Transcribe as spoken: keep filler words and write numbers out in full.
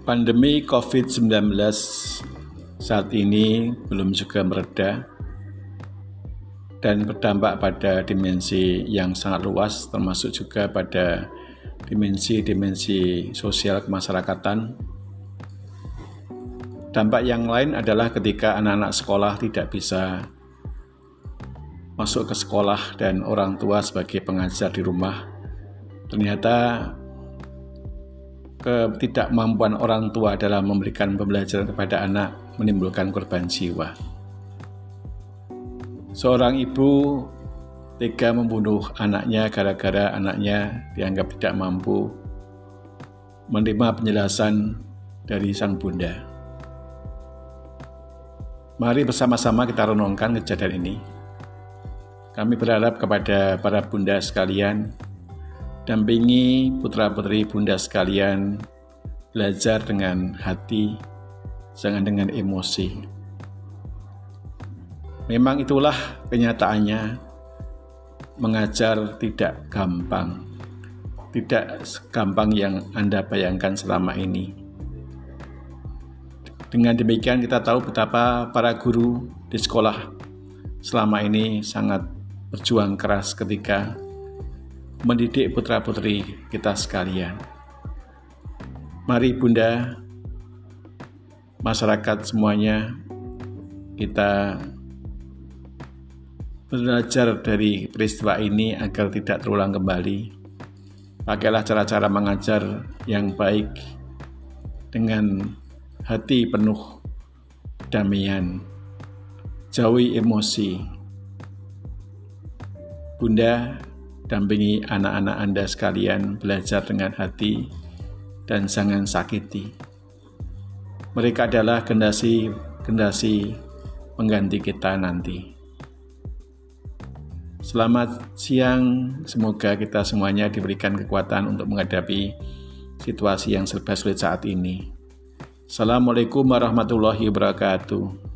Pandemi covid sembilan belas saat ini belum juga mereda dan berdampak pada dimensi yang sangat luas, termasuk juga pada dimensi-dimensi sosial kemasyarakatan. Dampak yang lain adalah ketika anak-anak sekolah tidak bisa masuk ke sekolah dan orang tua sebagai pengajar di rumah, ternyata ketidakmampuan orang tua dalam memberikan pembelajaran kepada anak menimbulkan korban jiwa. Seorang ibu tega membunuh anaknya gara-gara anaknya dianggap tidak mampu menerima penjelasan dari sang bunda. Mari bersama-sama kita renungkan kejadian ini. Kami berharap kepada para bunda sekalian, dampingi putra-putri bunda sekalian belajar dengan hati, jangan dengan emosi. Memang itulah kenyataannya, mengajar tidak gampang, tidak segampang yang Anda bayangkan selama ini. Dengan demikian kita tahu betapa para guru di sekolah selama ini sangat berjuang keras ketika mendidik putra-putri kita sekalian. Mari bunda, masyarakat semuanya, kita belajar dari peristiwa ini agar tidak terulang kembali. Pakailah cara-cara mengajar yang baik dengan hati penuh damaian, jauhi emosi. Bunda, dampingi anak-anak Anda sekalian belajar dengan hati dan jangan sakiti. Mereka adalah generasi-generasi pengganti kita nanti. Selamat siang, semoga kita semuanya diberikan kekuatan untuk menghadapi situasi yang serba sulit saat ini. Assalamualaikum warahmatullahi wabarakatuh.